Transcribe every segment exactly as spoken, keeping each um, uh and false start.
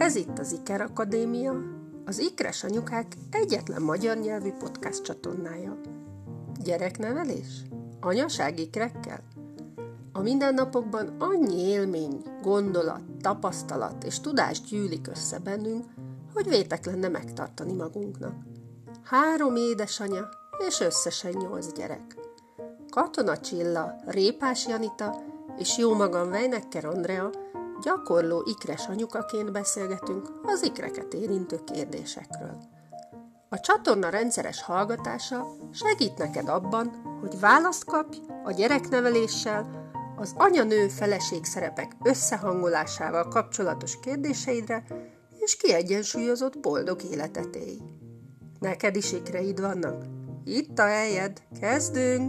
Ez itt az Iker Akadémia, az Ikres Anyukák egyetlen magyar nyelvű podcast csatornája. Gyereknevelés? Anyaság ikrekkel? A mindennapokban annyi élmény, gondolat, tapasztalat és tudás gyűlik össze bennünk, hogy vétek lenne megtartani magunknak. Három édesanya és összesen nyolc gyerek. Katona Csilla, Répás Janita és jómagam Weinecker Andrea gyakorló ikres anyukaként beszélgetünk az ikreket érintő kérdésekről. A csatorna rendszeres hallgatása segít neked abban, hogy választ kapj a gyerekneveléssel, az anya-nő feleség szerepek összehangolásával kapcsolatos kérdéseidre, és kiegyensúlyozott boldog életet élj. Neked is ikreid vannak? Itt a helyed, kezdünk!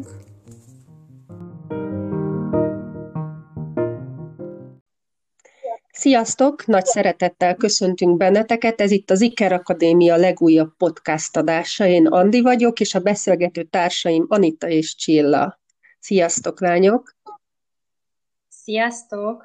Sziasztok! Nagy szeretettel köszöntünk benneteket, ez itt az Iker Akadémia legújabb podcast adása. Én Andi vagyok, és a beszélgető társaim Anita és Csilla. Sziasztok, lányok! Sziasztok!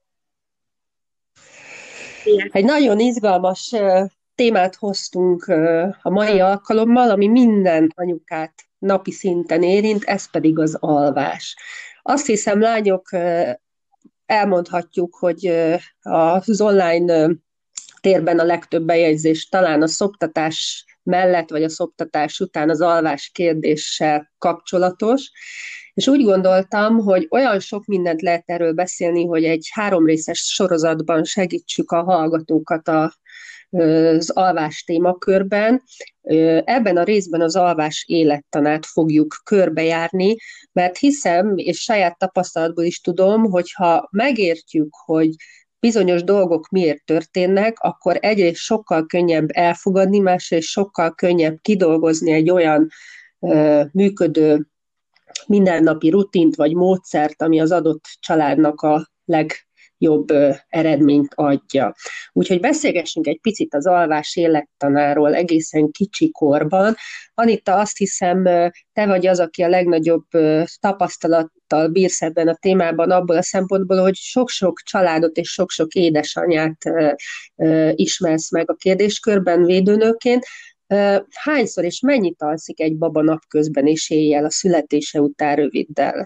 Egy nagyon izgalmas témát hoztunk a mai alkalommal, ami minden anyukát napi szinten érint, ez pedig az alvás. Azt hiszem, lányok, elmondhatjuk, hogy az online térben a legtöbb bejegyzés talán a szoptatás mellett, vagy a szoptatás után az alvás kérdéssel kapcsolatos, és úgy gondoltam, hogy olyan sok mindent lehet erről beszélni, hogy egy háromrészes sorozatban segítsük a hallgatókat a az alvás témakörben. Ebben a részben az alvás élettanát fogjuk körbejárni, mert hiszem, és saját tapasztalatból is tudom, hogyha megértjük, hogy bizonyos dolgok miért történnek, akkor egyrészt sokkal könnyebb elfogadni, másrészt sokkal könnyebb kidolgozni egy olyan uh, működő mindennapi rutint vagy módszert, ami az adott családnak a leg jobb eredményt adja. Úgyhogy beszélgessünk egy picit az alvás élettanáról egészen kicsi korban. Anita, azt hiszem, te vagy az, aki a legnagyobb tapasztalattal bírsz ebben a témában, abból a szempontból, hogy sok-sok családot és sok-sok édesanyát ismersz meg a kérdéskörben védőnőként. Hányszor és mennyit alszik egy baba napközben és éjjel a születése után röviddel?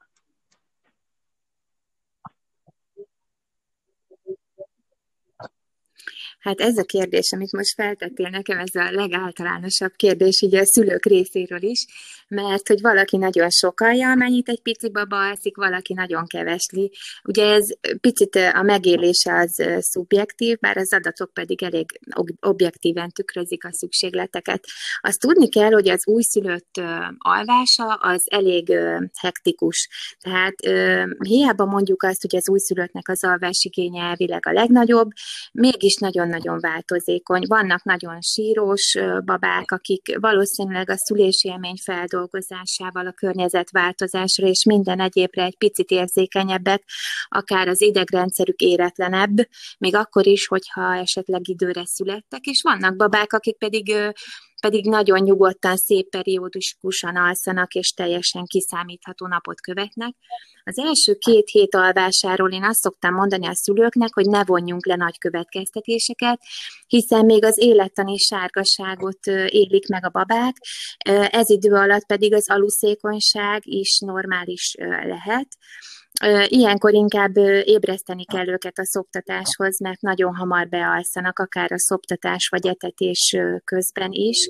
Hát ez a kérdés, amit most feltettél nekem, ez a legáltalánosabb kérdés így a szülők részéről is, mert hogy valaki nagyon sokalja, amennyit egy pici baba alszik, valaki nagyon kevesli. Ugye ez picit a megélése az szubjektív, bár az adatok pedig elég objektíven tükrözik a szükségleteket. Azt tudni kell, hogy az újszülött alvása az elég hektikus. Tehát hiába mondjuk azt, hogy az újszülöttnek az alvásigénye elvileg a legnagyobb, mégis nagyon nagyon változékony. Vannak nagyon sírós babák, akik valószínűleg a szülésélmény feldolgozásával, a környezetváltozásra és minden egyébre egy picit érzékenyebbek, akár az idegrendszerük éretlenebb, még akkor is, hogyha esetleg időre születtek, és vannak babák, akik pedig pedig nagyon nyugodtan, szép periódikusan alszanak, és teljesen kiszámítható napot követnek. Az első két hét alvásáról én azt szoktam mondani a szülőknek, hogy ne vonjunk le nagy következtetéseket, hiszen még az élettani sárgaságot élik meg a babák, ez idő alatt pedig az aluszékonyság is normális lehet. Ilyenkor inkább ébreszteni kell őket a szoptatáshoz, mert nagyon hamar bealszanak, akár a szoptatás vagy etetés közben is.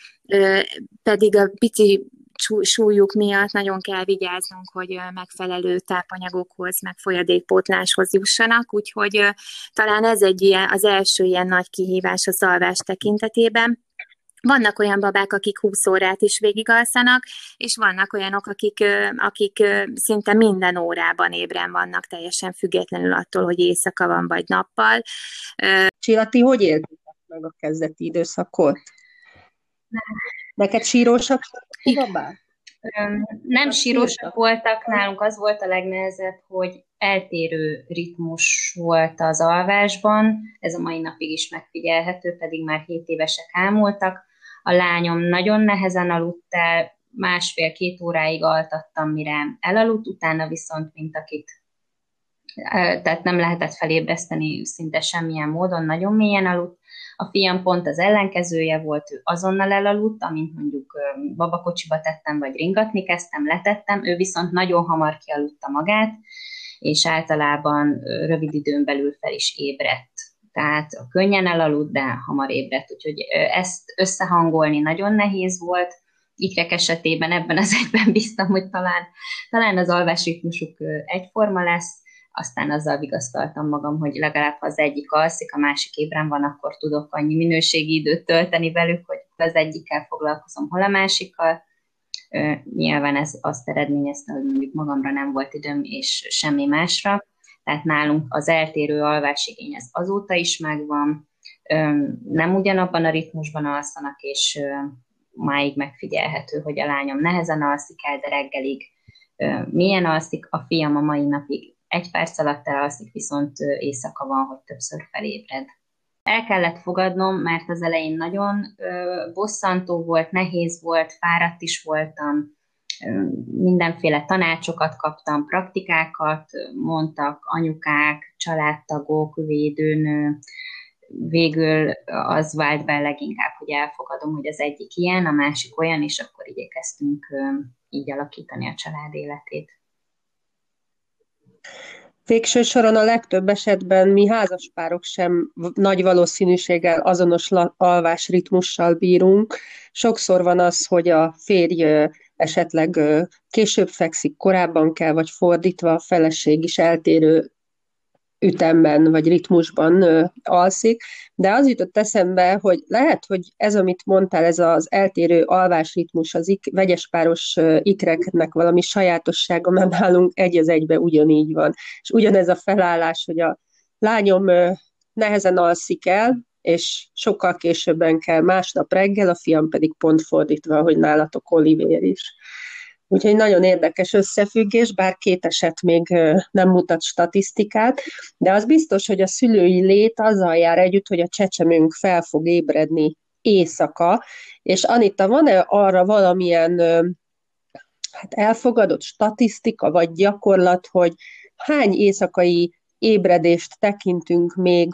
Pedig a pici súlyuk miatt nagyon kell vigyáznunk, hogy megfelelő tápanyagokhoz, meg folyadékpótláshoz jussanak, úgyhogy talán ez egy ilyen, az első ilyen nagy kihívás az alvás tekintetében. Vannak olyan babák, akik húsz órát is végigalszanak, és vannak olyanok, akik, akik szinte minden órában ébren vannak, teljesen függetlenül attól, hogy éjszaka van, vagy nappal. Csilla, ti hogy éltétek meg a kezdeti időszakot? Neked sírósak a babák? Nem sírósak voltak, nálunk az volt a legnehezebb, hogy eltérő ritmus volt az alvásban, ez a mai napig is megfigyelhető, pedig már hét évesek ámultak. A lányom nagyon nehezen aludt el, másfél-két óráig altattam, mire elaludt, utána viszont, mint akit tehát nem lehetett felébreszteni szinte semmilyen módon, nagyon mélyen aludt. A fiam pont az ellenkezője volt, ő azonnal elaludt, amint mondjuk babakocsiba tettem, vagy ringatni kezdtem, letettem, ő viszont nagyon hamar kialudta magát, és általában rövid időn belül fel is ébredt. Tehát könnyen elaludt, de hamar ébredt, úgyhogy ezt összehangolni nagyon nehéz volt. Ikrek esetében ebben az egyben bíztam, hogy talán, talán az alvásritmusuk egyforma lesz, aztán azzal vigasztaltam magam, hogy legalább ha az egyik alszik, a másik ébren van, akkor tudok annyi minőségi időt tölteni velük, hogy az egyikkel foglalkozom, hol a másikkal. Nyilván ez azt eredményezte, hogy mondjuk magamra nem volt időm, és semmi másra. Tehát nálunk az eltérő alvásigény ez azóta is megvan, nem ugyanabban a ritmusban alszanak, és máig megfigyelhető, hogy a lányom nehezen alszik el, de reggelig milyen alszik, a fiam a mai napig egy perc alatt elalszik, viszont éjszaka van, hogy többször felébred. El kellett fogadnom, mert az elején nagyon bosszantó volt, nehéz volt, fáradt is voltam, mindenféle tanácsokat kaptam, praktikákat mondtak anyukák, családtagok, védőnő. Végül az vált be leginkább, hogy elfogadom, hogy az egyik ilyen, a másik olyan, és akkor igyekeztünk így alakítani a család életét. Végső soron a legtöbb esetben mi házaspárok sem nagy valószínűséggel azonos alvásritmussal bírunk. Sokszor van az, hogy a férj esetleg később fekszik, korábban kell, vagy fordítva, a feleség is eltérő ütemben vagy ritmusban ö, alszik, de az jutott eszembe, hogy lehet, hogy ez, amit mondtál, ez az eltérő alvásritmus, az ik, vegyespáros ö, ikreknek valami sajátossága, mert nálunk egy az egybe ugyanígy van. És ugyanez a felállás, hogy a lányom ö, nehezen alszik el, és sokkal későbben kell másnap reggel, a fiam pedig pont fordítva, hogy nálatok Olivér is. Úgyhogy nagyon érdekes összefüggés, bár két eset még nem mutat statisztikát, de az biztos, hogy a szülői lét azzal jár együtt, hogy a csecsemőnk fel fog ébredni éjszaka, és Anita, van-e arra valamilyen hát elfogadott statisztika vagy gyakorlat, hogy hány éjszakai ébredést tekintünk még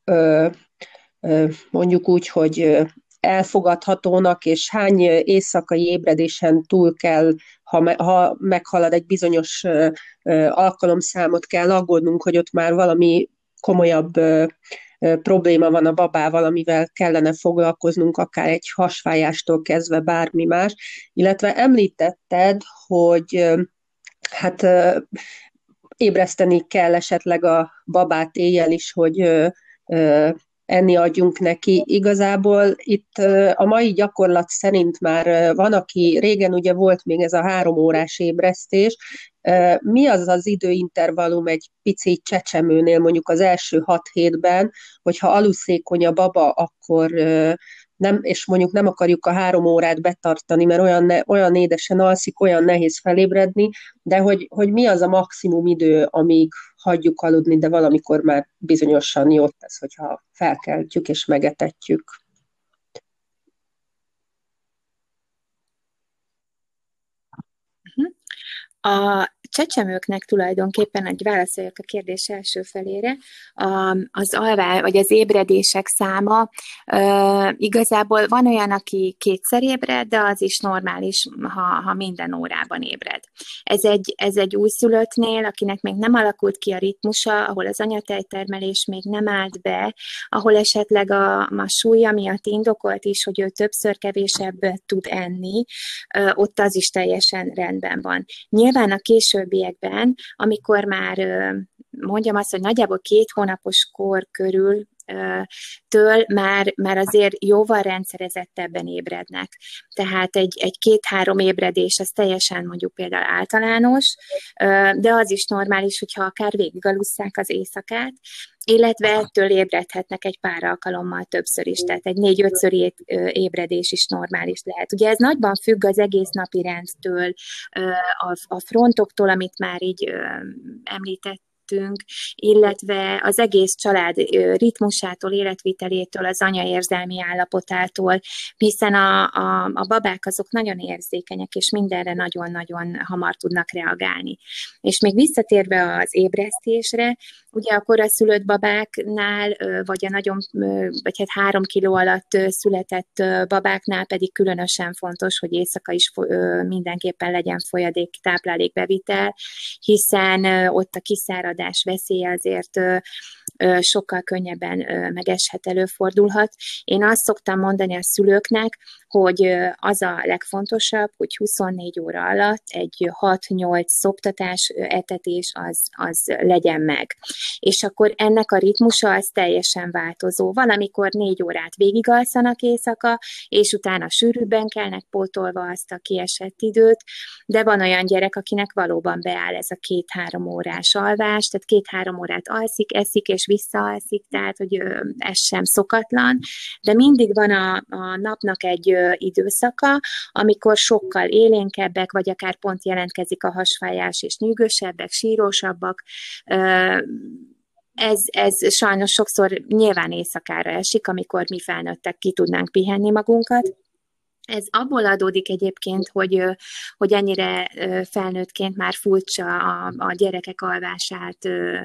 mondjuk úgy, hogy elfogadhatónak, és hány éjszakai ébredésen túl kell, ha, ha meghalad egy bizonyos ö, ö, alkalomszámot, kell aggódnunk, hogy ott már valami komolyabb ö, ö, probléma van a babával, amivel kellene foglalkoznunk, akár egy hasfájástól kezdve bármi más. Illetve említetted, hogy ö, hát ö, ébreszteni kell esetleg a babát éjjel is, hogy ö, ö, enni adjunk neki. Igazából itt a mai gyakorlat szerint már van, aki régen ugye volt még ez a három órás ébresztés. Mi az az időintervallum egy pici csecsemőnél, mondjuk az első hat hétben, hogyha aluszékony a baba, akkor nem, és mondjuk nem akarjuk a három órát betartani, mert olyan, ne, olyan édesen alszik, olyan nehéz felébredni, de hogy, hogy mi az a maximum idő, amíg hagyjuk aludni, de valamikor már bizonyosan jót tesz, hogyha felkeltjük és megetetjük. A csecsemőknek tulajdonképpen, egy válaszoljak a kérdés első felére, a, az alvá, vagy az ébredések száma e, igazából van olyan, aki kétszer ébred, de az is normális, ha, ha minden órában ébred. Ez egy, ez egy újszülöttnél, akinek még nem alakult ki a ritmusa, ahol az anyatejtermelés még nem állt be, ahol esetleg a, a súlya miatt indokolt is, hogy ő többször kevésebbet tud enni, e, ott az is teljesen rendben van. Nyilván a későbbiekben, amikor már mondjam azt, hogy nagyjából két hónapos kor körül től már, már azért jóval rendszerezettebben ébrednek. Tehát egy, egy két-három ébredés az teljesen mondjuk például általános, de az is normális, hogyha akár végigalusszák az éjszakát, illetve ettől ébredhetnek egy pár alkalommal többször is, tehát egy négy-ötször ébredés is normális lehet. Ugye ez nagyban függ az egész napi rendtől, a frontoktól, amit már így említett, beszélgettünk, illetve az egész család ritmusától, életvitelétől, az anya érzelmi állapotától, hiszen a, a, a babák azok nagyon érzékenyek, és mindenre nagyon-nagyon hamar tudnak reagálni. És még visszatérve az ébresztésre, ugye a koraszülött babáknál, vagy a nagyon, vagy hát három kiló alatt született babáknál pedig különösen fontos, hogy éjszaka is mindenképpen legyen folyadék táplálékbevitel, hiszen ott a kiszáradás veszélye azért sokkal könnyebben megeshet, előfordulhat. Én azt szoktam mondani a szülőknek, hogy az a legfontosabb, hogy huszonnégy óra alatt egy hat-nyolc szoptatás, etetés az, az legyen meg. És akkor ennek a ritmusa az teljesen változó. Valamikor négy órát végigalszanak éjszaka, és utána sűrűbben kelnek pótolva azt a kiesett időt, de van olyan gyerek, akinek valóban beáll ez a két-három órás alvás, tehát két-három órát alszik, eszik és visszaalszik, tehát hogy ez sem szokatlan, de mindig van a, a napnak egy időszaka, amikor sokkal élénkebbek, vagy akár pont jelentkezik a hasfájás, és nyűgösebbek, sírósabbak. Ez, ez sajnos sokszor nyilván éjszakára esik, amikor mi felnőttek ki tudnánk pihenni magunkat. Ez abból adódik egyébként, hogy, hogy ennyire felnőttként már furcsa a, a gyerekek alvását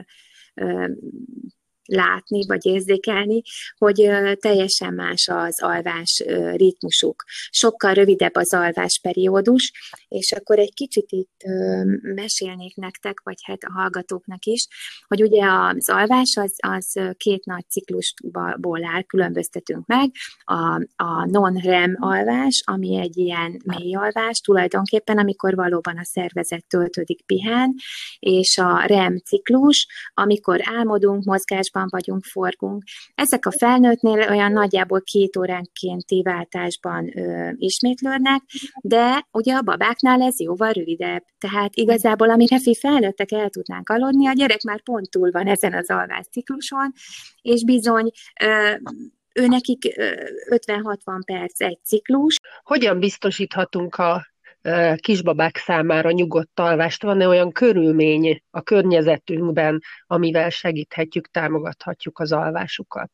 látni, vagy érzékelni, hogy teljesen más az alvás ritmusuk. Sokkal rövidebb az alvásperiódus, és akkor egy kicsit itt mesélnék nektek, vagy hát a hallgatóknak is, hogy ugye az alvás az, az két nagy ciklusból áll, különböztetünk meg. A, a non-REM alvás, ami egy ilyen mély alvás, tulajdonképpen, amikor valóban a szervezet töltődik, pihen, és a REM ciklus, amikor álmodunk, mozgás vagyunk, forgunk. Ezek a felnőttnél olyan nagyjából két óránkénti váltásban ö, ismétlődnek, de ugye a babáknál ez jóval rövidebb. Tehát igazából, amire mi felnőttek el tudnánk aludni, a gyerek már pont túl van ezen az alváscikluson, és bizony ö, ő nekik ötven-hatvan perc egy ciklus. Hogyan biztosíthatunk a kisbabák számára nyugodt alvást? Van-e olyan körülmény a környezetünkben, amivel segíthetjük, támogathatjuk az alvásukat?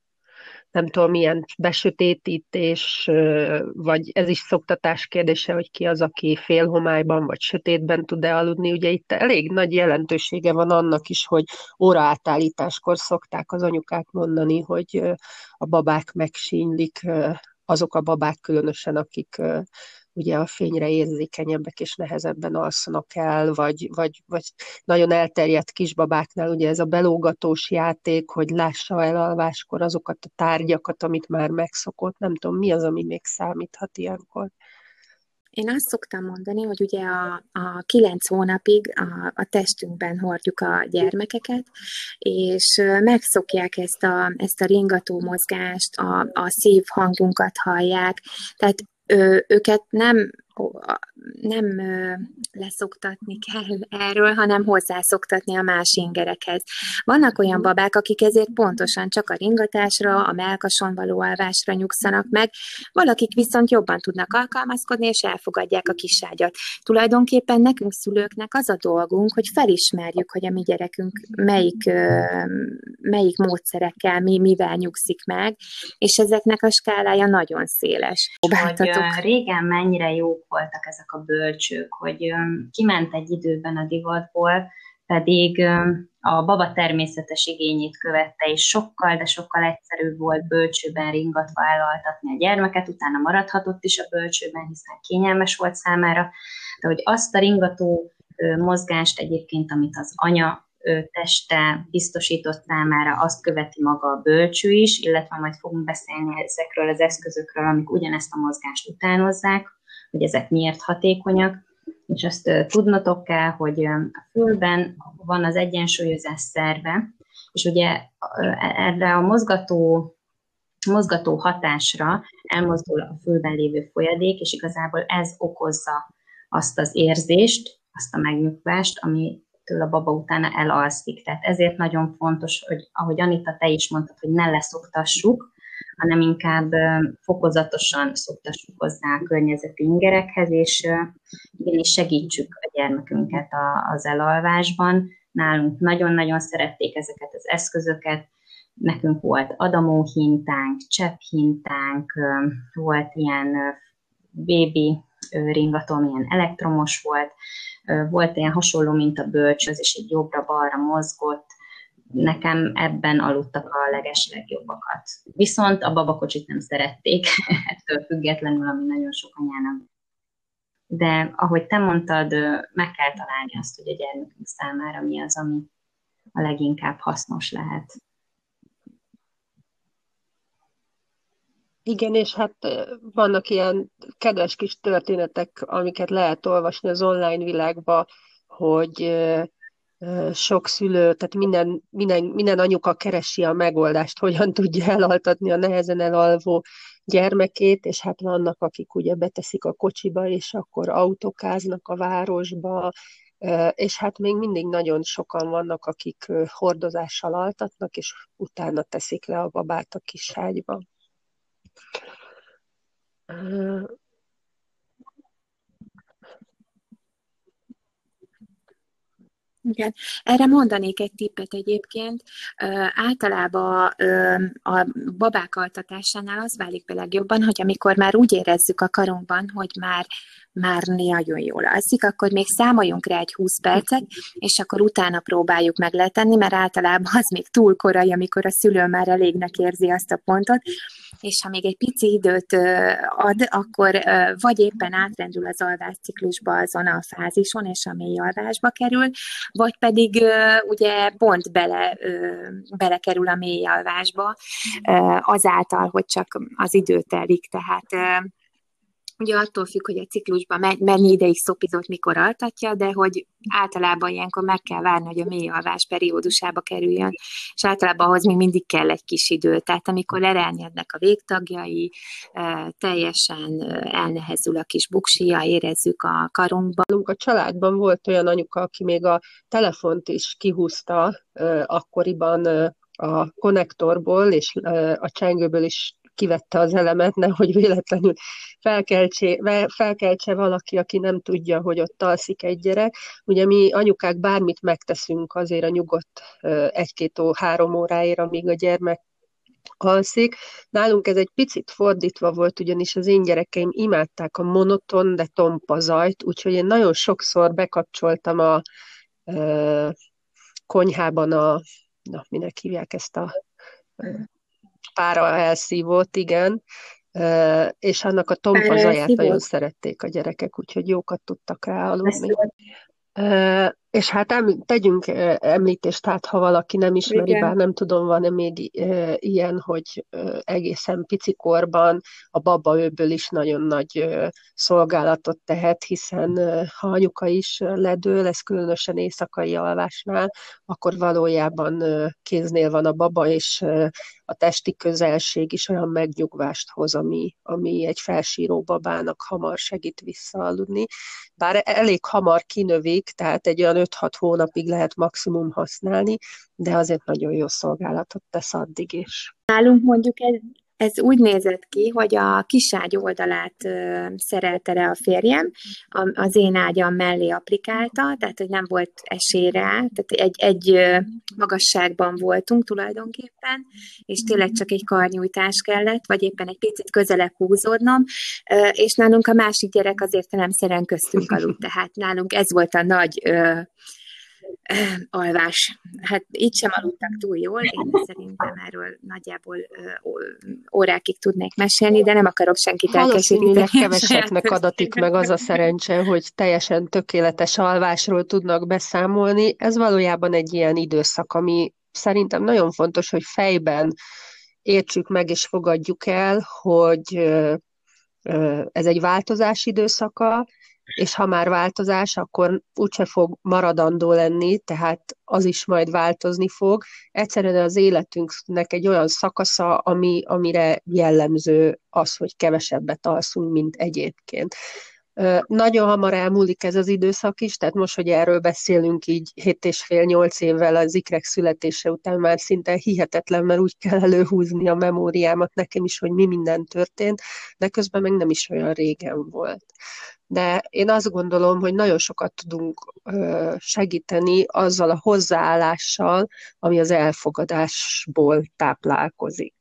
Nem tudom, milyen besötétítés, vagy ez is szoktatás kérdése, hogy ki az, aki félhomályban vagy sötétben tud-e aludni. Ugye itt elég nagy jelentősége van annak is, hogy óraátállításkor szokták az anyukák mondani, hogy a babák megsínylik, azok a babák különösen, akik ugye a fényre érzékenyebbek és nehezebben alszanak el, vagy, vagy, vagy nagyon elterjedt kisbabáknál ugye ez a belógatós játék, hogy lássa el alváskor azokat a tárgyakat, amit már megszokott. Nem tudom, mi az, ami még számíthat ilyenkor? Én azt szoktam mondani, hogy ugye a, a kilenc hónapig a, a testünkben hordjuk a gyermekeket, és megszokják ezt a, ezt a ringató mozgást, a, a szív hangunkat hallják, tehát ő, őket nem, nem leszoktatni kell erről, hanem hozzászoktatni a más ingerekhez. Vannak olyan babák, akik ezért pontosan csak a ringatásra, a mellkason való alvásra nyugszanak meg, valakik viszont jobban tudnak alkalmazkodni, és elfogadják a kiságyat. Tulajdonképpen nekünk szülőknek az a dolgunk, hogy felismerjük, hogy a mi gyerekünk melyik, melyik módszerekkel, mi, mivel nyugszik meg, és ezeknek a skálája nagyon széles. Hogy régen mennyire jók voltak ezek a bölcsők, hogy kiment egy időben a divatból, pedig a baba természetes igényét követte, és sokkal, de sokkal egyszerűbb volt bölcsőben ringatva elaltatni a gyermeket, utána maradhatott is a bölcsőben, hiszen kényelmes volt számára, de hogy azt a ringató mozgást egyébként, amit az anya teste biztosított számára, azt követi maga a bölcső is, illetve majd fogunk beszélni ezekről az eszközökről, amik ugyanezt a mozgást utánozzák, hogy ezek miért hatékonyak, és azt tudnotok kell, hogy a fülben van az egyensúlyozás szerve, és ugye erre a mozgató, mozgató hatásra elmozdul a fülben lévő folyadék, és igazából ez okozza azt az érzést, azt a megnyugvást, ami től a baba utána elalszik. Tehát ezért nagyon fontos, hogy ahogy Anita, te is mondtad, hogy ne leszoktassuk, hanem inkább fokozatosan szoktassuk hozzá a környezeti ingerekhez, és igenis segítsük a gyermekünket az elalvásban. nálunk nagyon-nagyon szerették ezeket az eszközöket. Nekünk volt Adamo hintánk, csepp hintánk, volt ilyen bébi ringatom, ilyen elektromos volt, volt ilyen hasonló, mint a bölcs, az is egy jobbra-balra mozgott. Nekem ebben aludtak a legeslegjobbakat. Viszont a babakocsit nem szerették, ettől függetlenül, ami nagyon sok anyának. De ahogy te mondtad, meg kell találni azt, hogy a gyermekünk számára mi az, ami a leginkább hasznos lehet. Igen, és hát vannak ilyen kedves kis történetek, amiket lehet olvasni az online világban, hogy sok szülő, tehát minden, minden, minden anyuka keresi a megoldást, hogyan tudja elaltatni a nehezen elalvó gyermekét, és hát vannak, akik ugye beteszik a kocsiba, és akkor autókáznak a városba, és hát még mindig nagyon sokan vannak, akik hordozással altatnak, és utána teszik le a babát a kis ágyba. Igen. Erre mondanék egy tippet egyébként. Ö, általában ö, a babák altatásánál az válik be legjobban, hogy amikor már úgy érezzük a karunkban, hogy már, már nagyon jól alszik, akkor még számoljunk rá egy húsz percet, és akkor utána próbáljuk meg letenni, mert általában az még túl korai, amikor a szülő már elégnek érzi azt a pontot, és ha még egy pici időt ad, akkor vagy éppen átrendül az alvásciklusba azon a fázison, és a mély alvásba kerül, vagy pedig ugye pont bele, belekerül a mély alvásba azáltal, hogy csak az idő telik, tehát ugye attól függ, hogy a ciklusban mennyi ideig szopizott, mikor altatja, de hogy általában ilyenkor meg kell várni, hogy a mély alvás periódusába kerüljön, és általában ahhoz még mindig kell egy kis idő. Tehát amikor lerányadnak a végtagjai, teljesen elnehezül a kis buksija, érezzük a karunkban. A családban volt olyan anyuka, aki még a telefont is kihúzta akkoriban a konnektorból, és a csengőből is kivette az elemet, nehogy véletlenül felkeltse, felkeltse valaki, aki nem tudja, hogy ott alszik egy gyerek. Ugye mi anyukák bármit megteszünk azért a nyugodt egy-két-három óráért, amíg a gyermek alszik. Nálunk ez egy picit fordítva volt, ugyanis az én gyerekeim imádták a monoton, de tompa zajt, úgyhogy én nagyon sokszor bekapcsoltam a e, konyhában a, na, minek hívják ezt a pára elszívót, igen, és annak a tompa zaját nagyon szerették a gyerekek, úgyhogy jókat tudtak rá aludni. És hát em, tegyünk említést, tehát ha valaki nem ismeri, igen. Bár nem tudom, van-e még ilyen, hogy egészen pici korban a babaőből is nagyon nagy szolgálatot tehet, hiszen ha anyuka is ledől, ez különösen éjszakai alvásnál, akkor valójában kéznél van a baba, és a testi közelség is olyan megnyugvást hoz, ami, ami egy felsíró babának hamar segít visszaaludni. Bár elég hamar kinövik, tehát egy olyan öt-hat hónapig lehet maximum használni, de azért nagyon jó szolgálatot tesz addig is. Nálunk mondjuk ez, ez úgy nézett ki, hogy a kiságy oldalát ö, szerelte le a férjem, a, az én ágyam mellé applikálta, tehát hogy nem volt esély rá, tehát egy, egy ö, magasságban voltunk tulajdonképpen, és tényleg csak egy karnyújtás kellett, vagy éppen egy picit közelebb húzódnom, ö, és nálunk a másik gyerek azért nem szeren köztünk aludt, tehát nálunk ez volt a nagy ö, alvás. Hát így sem aludtak túl jól, én szerintem erről nagyjából órákig tudnék mesélni, de nem akarok senkit elkeseríteni. Valószínűleg keveseknek adatik meg az a szerencse, hogy teljesen tökéletes alvásról tudnak beszámolni. Ez valójában egy ilyen időszak, ami szerintem nagyon fontos, hogy fejben értsük meg és fogadjuk el, hogy ez egy változás időszaka, és ha már változás, akkor úgyse fog maradandó lenni, tehát az is majd változni fog. Egyszerűen az életünknek egy olyan szakasza, ami, amire jellemző az, hogy kevesebbet alszunk, mint egyébként. Nagyon hamar elmúlik ez az időszak is, tehát most, hogy erről beszélünk így hét és fél, nyolc évvel az ikrek születése után már szinte hihetetlen, mert úgy kell előhúzni a memóriámat nekem is, hogy mi minden történt, de közben meg nem is olyan régen volt. De én azt gondolom, hogy nagyon sokat tudunk segíteni azzal a hozzáállással, ami az elfogadásból táplálkozik.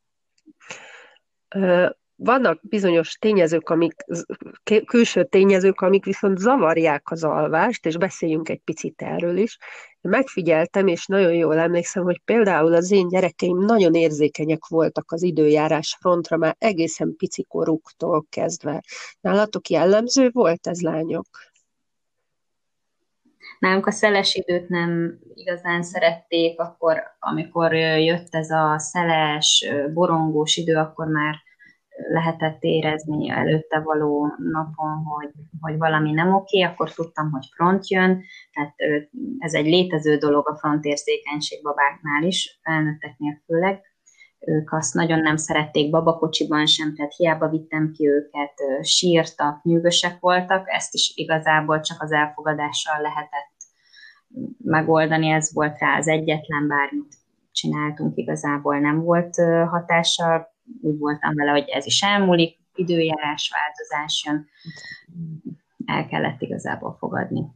Vannak bizonyos tényezők, amik, külső tényezők, amik viszont zavarják az alvást, és beszéljünk egy picit erről is. Megfigyeltem, és nagyon jól emlékszem, hogy például az én gyerekeim nagyon érzékenyek voltak az időjárás frontra, már egészen picikoruktól kezdve. Nálatok jellemző volt ez, lányok? Nálunk a szeles időt nem igazán szerették, akkor, amikor jött ez a szeles, borongós idő, akkor már lehetett érezni előtte való napon, hogy, hogy valami nem oké, akkor tudtam, hogy front jön, tehát ez egy létező dolog a frontérzékenység babáknál is, felnőtteknél főleg. Ők azt nagyon nem szerették babakocsiban sem, tehát hiába vittem ki őket, sírtak, nyűgösek voltak, ezt is igazából csak az elfogadással lehetett megoldani, ez volt rá az egyetlen, bármit csináltunk, igazából nem volt hatással, úgy voltam vele, hogy ez is elmúlik, időjárás, változás jön, el kellett igazából fogadni.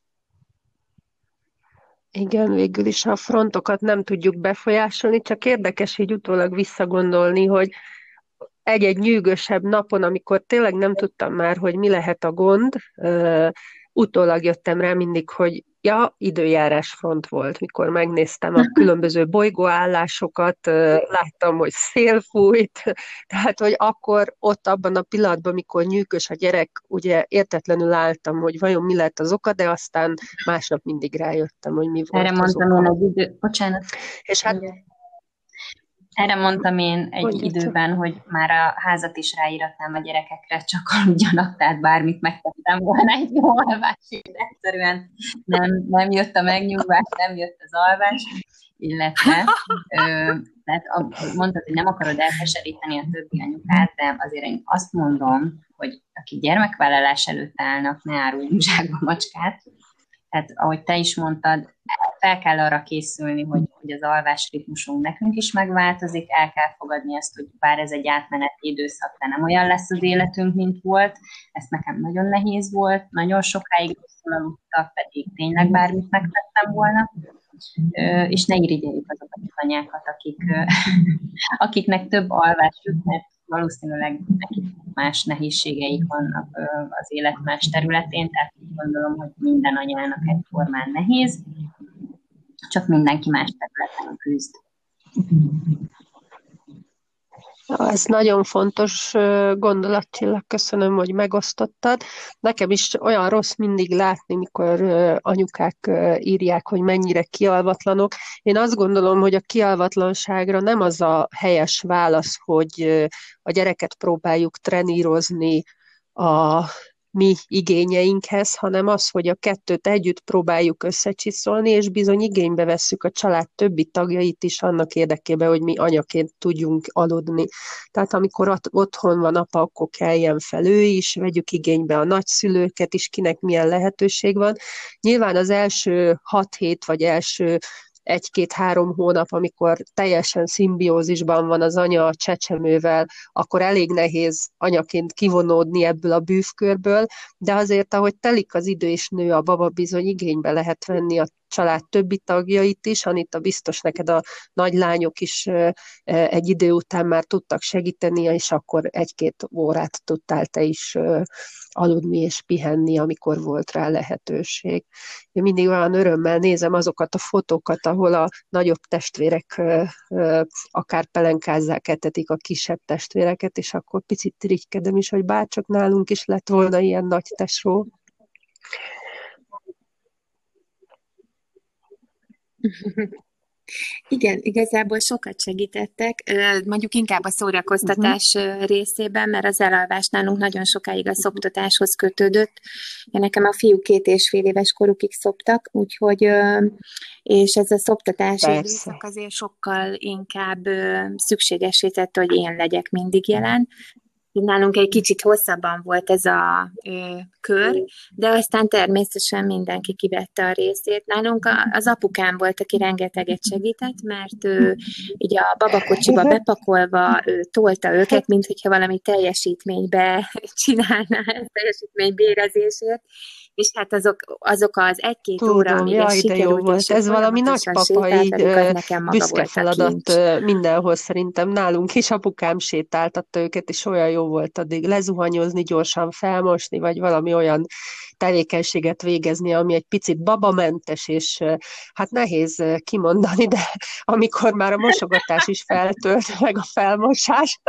Igen, végül is a frontokat nem tudjuk befolyásolni, csak érdekes így utólag visszagondolni, hogy egy-egy nyűgösebb napon, amikor tényleg nem tudtam már, hogy mi lehet a gond, uh, utólag jöttem rá mindig, hogy ja, időjárás front volt, mikor megnéztem a különböző bolygóállásokat, láttam, hogy szél fújt, tehát, hogy akkor ott abban a pillanatban, mikor nyűgös a gyerek, ugye értetlenül álltam, hogy vajon mi lett az oka, de aztán másnap mindig rájöttem, hogy mi volt Erre az mondtam oka. én egy idő... Bocsánat. És hát Erre mondtam én egy Mondjuk időben, csak, hogy már a házat is ráíratnám a gyerekekre, csak aludjanak, tehát bármit megtettem volna egy jó alvásért. Egyszerűen nem, nem jött a megnyugvás, nem jött az alvás, illetve ö, tehát mondtad, hogy nem akarod elkeseríteni a többi anyukát, de azért én azt mondom, hogy aki gyermekvállalás előtt állnak, ne áruljunk zsákba macskát. Tehát, ahogy te is mondtad, fel kell arra készülni, hogy, hogy az alvásritmusunk nekünk is megváltozik, el kell fogadni ezt, hogy bár ez egy átmeneti időszak, de nem olyan lesz az életünk, mint volt. Ezt nekem nagyon nehéz volt, nagyon sokáig rosszul aludtak, pedig tényleg bármit megtettem volna. És ne irigyeljük azokat az anyákat, akik, akiknek több alvás jut, mert valószínűleg nekik más nehézségeik vannak az élet más területén, tehát úgy gondolom, hogy minden anyának egyformán nehéz, csak mindenki más területen küzd. Ez nagyon fontos gondolat, Csilla, köszönöm, hogy megosztottad. Nekem is olyan rossz mindig látni, mikor anyukák írják, hogy mennyire kialvatlanok. Én azt gondolom, hogy a kialvatlanságra nem az a helyes válasz, hogy a gyereket próbáljuk trenírozni a mi igényeinkhez, hanem az, hogy a kettőt együtt próbáljuk összecsiszolni, és bizony igénybe vesszük a család többi tagjait is annak érdekében, hogy mi anyaként tudjunk aludni. Tehát amikor ott, otthon van apa, akkor keljen fel ő is, vegyük igénybe a nagyszülőket is, kinek milyen lehetőség van. Nyilván az első hat hét, vagy első egy-két-három hónap, amikor teljesen szimbiózisban van az anya a csecsemővel, akkor elég nehéz anyaként kivonódni ebből a bűvkörből, de azért, ahogy telik az idő és nő a baba, bizony igénybe lehet venni a család többi tagjait is. Anita, biztos neked a nagylányok is egy idő után már tudtak segíteni, és akkor egy-két órát tudtál te is aludni és pihenni, amikor volt rá lehetőség. Én mindig olyan örömmel nézem azokat a fotókat, ahol a nagyobb testvérek akár pelenkázzák, etetik a kisebb testvéreket, és akkor picit irigykedem is, hogy bárcsak nálunk is lett volna ilyen nagy tesó. Igen, igazából sokat segítettek, mondjuk inkább a szórakoztatás uh-huh. részében, mert az elalvás nálunk nagyon sokáig a szoptatáshoz kötődött. Nekem a fiú két és fél éves korukig szoptak, úgyhogy, és ez a szoptatási időszak azért sokkal inkább szükségesé tette, hogy én legyek mindig jelen, Nálunk egy kicsit hosszabban volt ez a ö, kör, de aztán természetesen mindenki kivette a részét. Nálunk a, az apukám volt, aki rengeteget segített, mert ő így a babakocsiba bepakolva ő tolta őket, mint hogyha valami teljesítménybe csinálná, teljesítménybérezésért, és hát azok, azok az egy-két Tudom, óra, amire jaj, de jó sikerült, volt. és Ez valami nagypapai büszke feladat mindenhol szerintem. Nálunk is apukám sétáltatta őket, és olyan jó volt addig lezuhanyozni, gyorsan felmosni, vagy valami olyan tevékenységet végezni, ami egy picit babamentes, és hát nehéz kimondani, de amikor már a mosogatás is feltölt, meg a felmosás.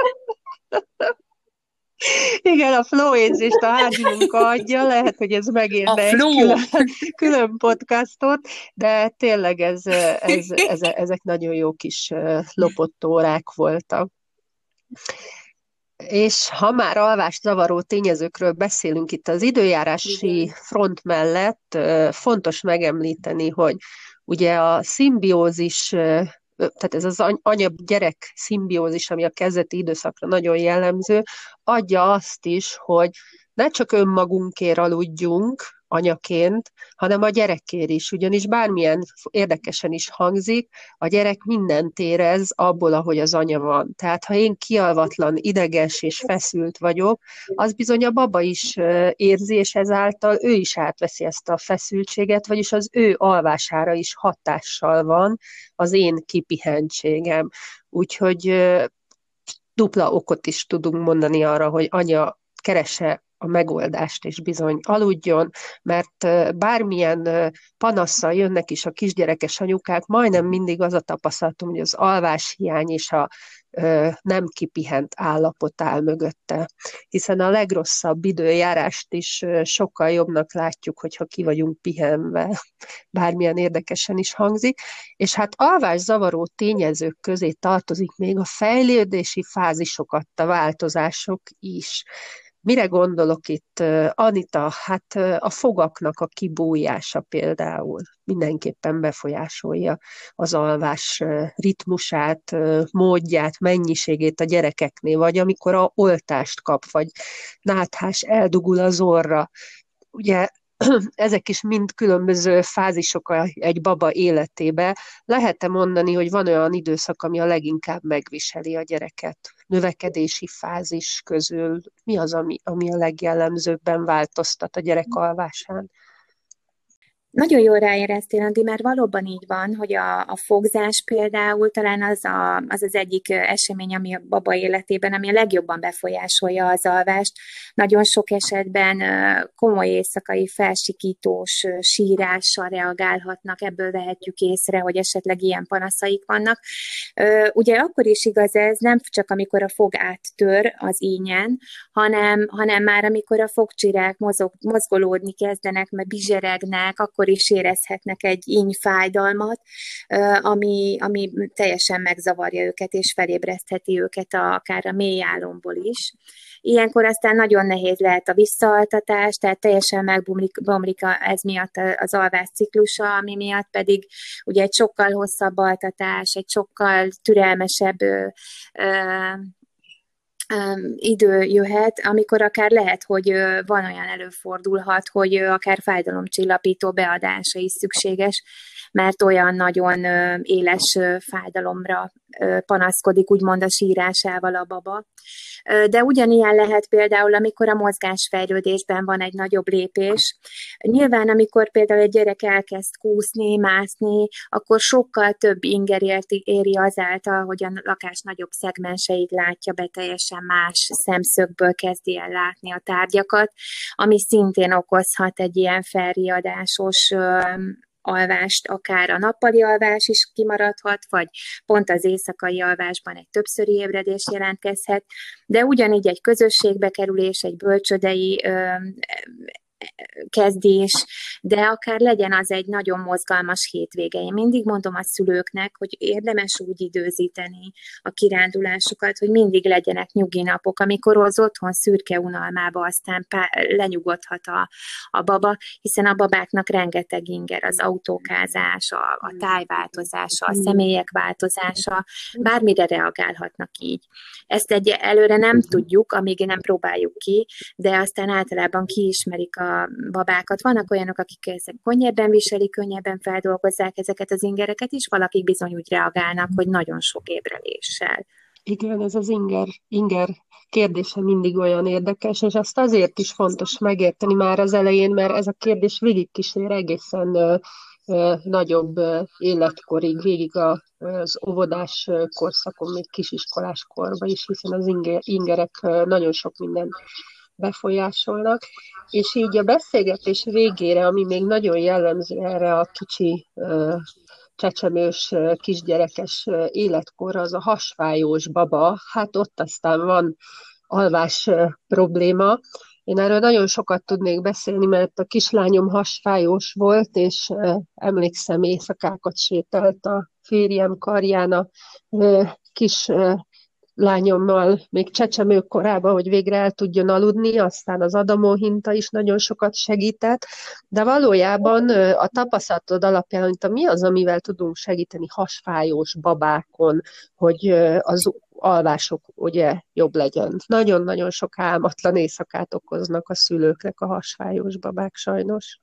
Igen, a flow érzést a házi munka adja, lehet, hogy ez megérne egy külön, külön podcastot, de tényleg ez, ez, ez, ezek nagyon jó kis lopott órák voltak. És ha már alvást zavaró tényezőkről beszélünk itt az időjárási front mellett, fontos megemlíteni, hogy ugye a szimbiózis, tehát ez az anya-gyerek szimbiózis, ami a kezdeti időszakra nagyon jellemző, adja azt is, hogy ne csak önmagunkért aludjunk anyaként, hanem a gyerekért is, ugyanis bármilyen érdekesen is hangzik, a gyerek mindent érez abból, ahogy az anya van. Tehát ha én kialvatlan, ideges és feszült vagyok, az bizony a baba is érzi, és ezáltal ő is átveszi ezt a feszültséget, vagyis az ő alvására is hatással van az én kipihentségem. Úgyhogy dupla okot is tudunk mondani arra, hogy anya keresse a megoldást, és bizony aludjon, mert bármilyen panasszal jönnek is a kisgyerekes anyukák, majdnem mindig az a tapasztalatom, hogy az alváshiány és a nem kipihent állapot áll mögötte. Hiszen a legrosszabb időjárást is sokkal jobbnak látjuk, hogyha ki vagyunk pihenve, bármilyen érdekesen is hangzik. És hát alvászavaró tényezők közé tartozik még a fejlődési fázisok adta változások is. Mire gondolok itt, Anita? Hát a fogaknak a kibújása például mindenképpen befolyásolja az alvás ritmusát, módját, mennyiségét a gyerekeknél, vagy amikor a oltást kap, vagy náthás eldugul az orra. Ugye ezek is mind különböző fázisok egy baba életébe. Lehet-e mondani, hogy van olyan időszak, ami a leginkább megviseli a gyereket? Növekedési fázis közül mi az, ami, ami a legjellemzőbben változtat a gyerek alvásán? Nagyon jól ráéreztél, Andi, mert valóban így van, hogy a, a fogzás például talán az, a, az az egyik esemény, ami a baba életében, ami a legjobban befolyásolja az alvást. Nagyon sok esetben komoly éjszakai felsikítós sírással reagálhatnak, ebből vehetjük észre, hogy esetleg ilyen panaszaik vannak. Ugye akkor is igaz ez, nem csak amikor a fog áttör az ínyen, hanem, hanem már amikor a fogcsirák mozog, mozgolódni kezdenek, mert bizseregnek, akkor is érezhetnek egy ínyfájdalmat, ami, ami teljesen megzavarja őket, és felébresztheti őket a, akár a mély álomból is. Ilyenkor aztán nagyon nehéz lehet a visszaaltatás, tehát teljesen megbomlik ez miatt az alvás ciklusa, ami miatt pedig ugye egy sokkal hosszabb altatás, egy sokkal türelmesebb ö, ö, idő jöhet, amikor akár lehet, hogy van olyan előfordulhat, hogy akár fájdalomcsillapító beadása is szükséges, mert olyan nagyon éles fájdalomra panaszkodik, úgymond a sírásával a baba. De ugyanilyen lehet például, amikor a mozgásfejlődésben van egy nagyobb lépés. Nyilván, amikor például egy gyerek elkezd kúszni, mászni, akkor sokkal több inger éri azáltal, hogy a lakás nagyobb szegmenseit látja be, teljesen más szemszögből kezdi el látni a tárgyakat, ami szintén okozhat egy ilyen felriadásos alvást, akár a nappali alvás is kimaradhat, vagy pont az éjszakai alvásban egy többszöri ébredés jelentkezhet, de ugyanígy egy közösségbe kerülés, egy bölcsődei ö, kezdés, de akár legyen az egy nagyon mozgalmas hétvége. Én mindig mondom a szülőknek, hogy érdemes úgy időzíteni a kirándulásukat, hogy mindig legyenek nyugi napok, amikor az otthon szürke unalmába aztán pá- lenyugodhat a, a baba, hiszen a babáknak rengeteg inger, az autókázás, a, a tájváltozása, a személyek változása, bármire reagálhatnak így. Ezt egy előre nem tudjuk, amíg nem próbáljuk ki, de aztán általában kiismerik a babákat. Vannak olyanok, akik ezek könnyebben viselik, könnyebben feldolgozzák ezeket az ingereket, és valakik bizony úgy reagálnak, hogy nagyon sok ébreléssel. Igen, ez az inger, inger kérdése mindig olyan érdekes, és azt azért is fontos megérteni már az elején, mert ez a kérdés végigkísér egészen ö, ö, nagyobb ö, életkorig, végig a, az óvodás ö, korszakon, még kisiskolás korban is, hiszen az inger, ingerek ö, nagyon sok minden befolyásolnak, és így a beszélgetés végére, ami még nagyon jellemző erre a kicsi ö, csecsemős, kisgyerekes életkorra, az a hasfájós baba, hát ott aztán van alvás probléma. Én erről nagyon sokat tudnék beszélni, mert a kislányom hasfájós volt, és emlékszem, éjszakákat sétált a férjem karján a kis lányommal még csecsemő korában, hogy végre el tudjon aludni, aztán az Adamo hinta is nagyon sokat segített, de valójában a tapasztalatod alapján, hogy mi az, amivel tudunk segíteni hasfájós babákon, hogy az alvások ugye jobb legyen. Nagyon-nagyon sok álmatlan éjszakát okoznak a szülőknek a hasfájós babák sajnos.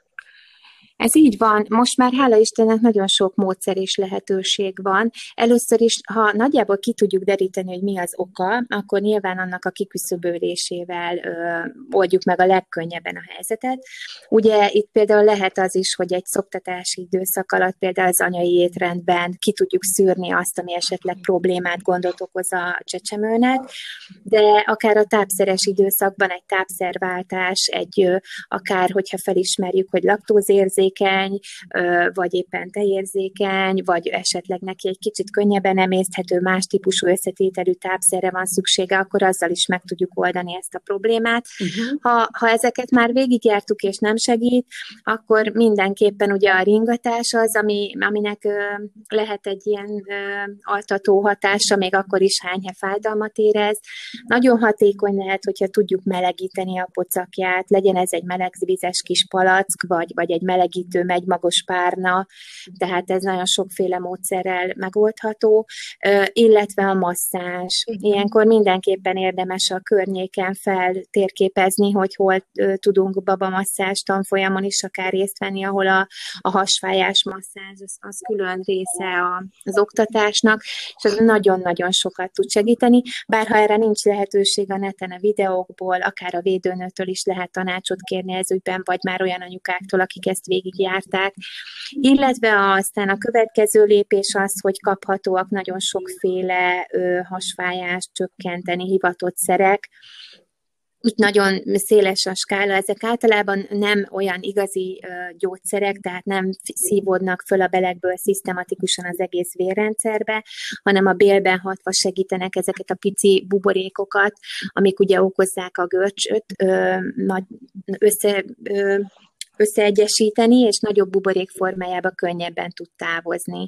Ez így van. Most már hála Istennek nagyon sok módszer és lehetőség van. Először is, ha nagyjából ki tudjuk deríteni, hogy mi az oka, akkor nyilván annak a kiküszöbölésével ö, oldjuk meg a legkönnyebben a helyzetet. Ugye itt például lehet az is, hogy egy szoptatási időszak alatt például az anyai étrendben ki tudjuk szűrni azt, ami esetleg problémát, gondot okoz a csecsemőnek, de akár a tápszeres időszakban egy tápszerváltás, egy ö, akár, hogyha felismerjük, hogy laktózérzékeny, vagy éppen tejérzékeny, vagy esetleg neki egy kicsit könnyebben emészthető, más típusú összetételű tápszerre van szüksége, akkor azzal is meg tudjuk oldani ezt a problémát. Uh-huh. Ha, ha ezeket már végigjártuk és nem segít, akkor mindenképpen ugye a ringatás az, ami, aminek ö, lehet egy ilyen ö, altató hatása, még akkor is hányhe fájdalmat érez. Nagyon hatékony lehet, hogyha tudjuk melegíteni a pocakját, legyen ez egy melegvizes kis palack, vagy, vagy egy meleg megymagos párna, tehát ez nagyon sokféle módszerrel megoldható, illetve a masszázs. Ilyenkor mindenképpen érdemes a környéken feltérképezni, hogy hol tudunk babamasszázs tanfolyamon is akár részt venni, ahol a, a hasfájás masszázs az, az külön része a, az oktatásnak, és az nagyon-nagyon sokat tud segíteni, bár ha erre nincs lehetőség a neten, a videókból, akár a védőnőtől is lehet tanácsot kérni ez ügyben, vagy már olyan anyukáktól, akik ezt végigjárták. Illetve aztán a következő lépés az, hogy kaphatóak nagyon sokféle ö, hasfájást csökkenteni hivatott szerek. Itt nagyon széles a skála, ezek általában nem olyan igazi ö, gyógyszerek, tehát nem szívódnak föl a belegből szisztematikusan az egész vérrendszerbe, hanem a bélben hatva segítenek ezeket a pici buborékokat, amik ugye okozzák a görcsöt, ö, nagy, össze... Ö, összeegyesíteni, és nagyobb buborék formájába könnyebben tud távozni.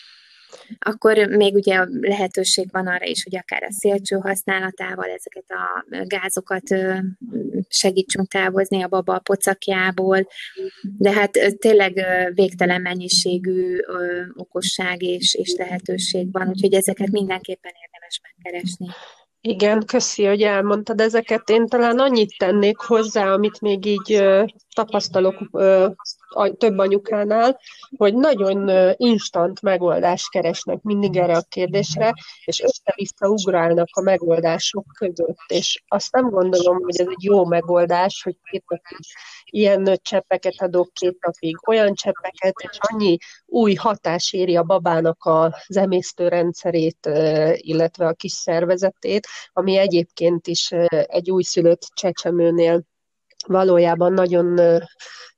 Akkor még ugye lehetőség van arra is, hogy akár a szélcső használatával ezeket a gázokat segítsünk távozni a baba a pocakjából, de hát tényleg végtelen mennyiségű okosság és, és lehetőség van, úgyhogy ezeket mindenképpen érdemes megkeresni. Igen, köszi, hogy elmondtad ezeket. Én talán annyit tennék hozzá, amit még így ö, tapasztalok ö, a, több anyukánál, hogy nagyon ö, instant megoldást keresnek mindig erre a kérdésre, és össze-vissza ugrálnak a megoldások között. És azt nem gondolom, hogy ez egy jó megoldás, hogy két napig ilyen cseppeket adok, két napig olyan cseppeket, és annyi új hatás éri a babának az emésztőrendszerét, illetve a kis szervezetét, ami egyébként is egy újszülött csecsemőnél valójában nagyon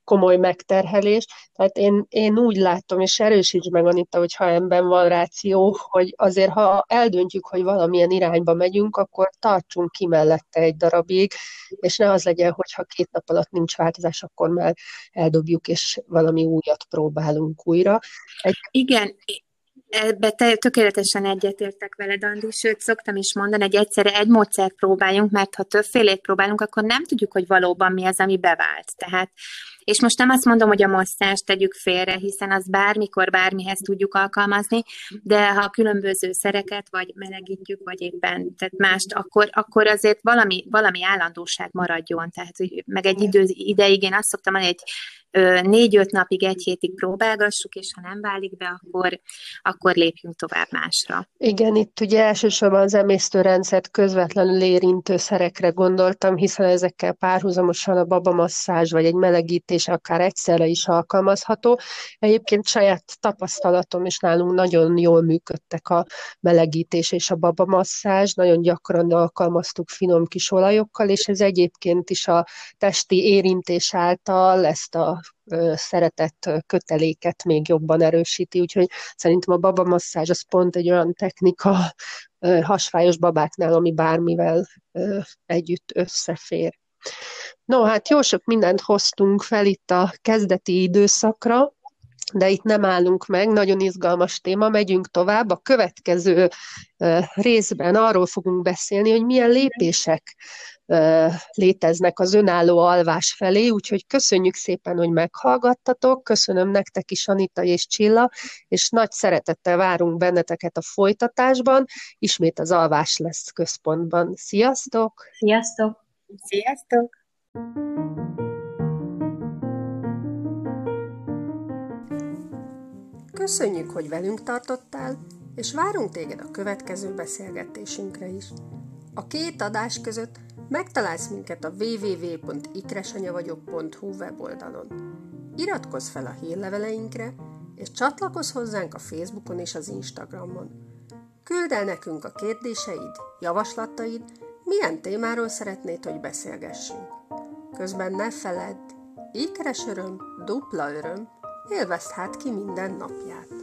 komoly megterhelés. Tehát én, én úgy látom, és erősíts meg, Anita, hogy ha ebben van ráció, hogy azért, ha eldöntjük, hogy valamilyen irányba megyünk, akkor tartsunk ki mellette egy darabig, és ne az legyen, hogy ha két nap alatt nincs változás, akkor már eldobjuk, és valami újat próbálunk újra. Egy... Igen, ebbe te, tökéletesen egyetértek veled, Andi, sőt, szoktam is mondani, hogy egyszerre egy módszert próbáljunk, mert ha többfélét próbálunk, akkor nem tudjuk, hogy valóban mi az, ami bevált. Tehát, és most nem azt mondom, hogy a masszást tegyük félre, hiszen az bármikor, bármihez tudjuk alkalmazni, de ha különböző szereket, vagy melegítjük, vagy éppen tehát mást, akkor, akkor azért valami, valami állandóság maradjon. Tehát, meg egy idő, ideig én azt szoktam mondani, hogy négy-öt napig, egy hétig próbálgassuk, és ha nem válik be, akkor, akkor lépjünk tovább másra. Igen, itt ugye elsősorban az emésztőrendszert közvetlenül érintő szerekre gondoltam, hiszen ezekkel párhuzamosan a babamasszázs vagy egy melegítés akár egyszerre is alkalmazható. Egyébként saját tapasztalatom, és nálunk nagyon jól működtek a melegítés és a babamasszázs, nagyon gyakran alkalmaztuk finom kis olajokkal, és ez egyébként is a testi érintés által ezt a szeretett köteléket még jobban erősíti, úgyhogy szerintem a babamasszázs az pont egy olyan technika hasfájos babáknál, ami bármivel együtt összefér. No, hát jó sok mindent hoztunk fel itt a kezdeti időszakra, de itt nem állunk meg, nagyon izgalmas téma, megyünk tovább. A következő részben arról fogunk beszélni, hogy milyen lépések léteznek az önálló alvás felé, úgyhogy köszönjük szépen, hogy meghallgattatok, köszönöm nektek is, Anita és Csilla, és nagy szeretettel várunk benneteket a folytatásban, ismét az Alvás lesz központban. Sziasztok! Sziasztok! Sziasztok! Köszönjük, hogy velünk tartottál, és várunk téged a következő beszélgetésünkre is. A két adás között megtalálsz minket a double-u double-u double-u pont ikresanyavagyok pont hu weboldalon. Iratkozz fel a hírleveleinkre, és csatlakozz hozzánk a Facebookon és az Instagramon. Küld el nekünk a kérdéseid, javaslataid, milyen témáról szeretnéd, hogy beszélgessünk. Közben ne feledd, ékeres öröm, dupla öröm, élvezd hát ki minden napját!